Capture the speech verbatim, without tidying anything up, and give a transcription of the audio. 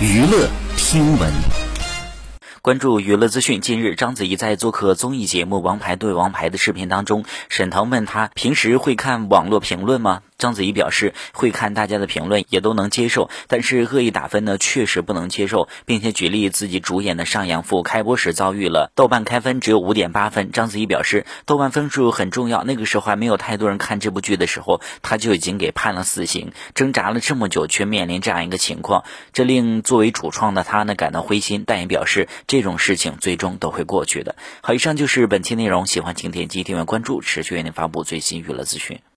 娱乐听闻。 关注娱乐资讯，近日章子怡在做客综艺节目《王牌对王牌》的视频当中，沈腾问她平时会看网络评论吗？章子怡表示会看，大家的评论也都能接受，但是恶意打分呢确实不能接受，并且举例自己主演的《上阳赋》开播时遭遇了豆瓣开分只有 五点八 分。章子怡表示豆瓣分数很重要，那个时候还没有太多人看这部剧的时候，她就已经给判了死刑，挣扎了这么久却面临这样一个情况，这令作为主创的她呢感到灰心，但也表示这种事情最终都会过去的。好，以上就是本期内容，喜欢请点击订阅关注，持续为您发布最新娱乐资讯。